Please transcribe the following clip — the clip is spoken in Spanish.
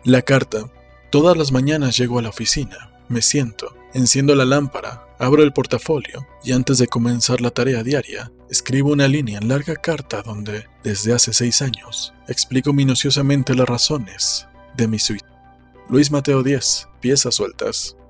La carta. Todas las mañanas llego a la oficina, me siento, enciendo la lámpara, abro el portafolio y antes de comenzar la tarea diaria, escribo una línea en larga carta donde, desde hace 6 años, explico minuciosamente las razones de mi suicidio. Luis Mateo 10, piezas sueltas.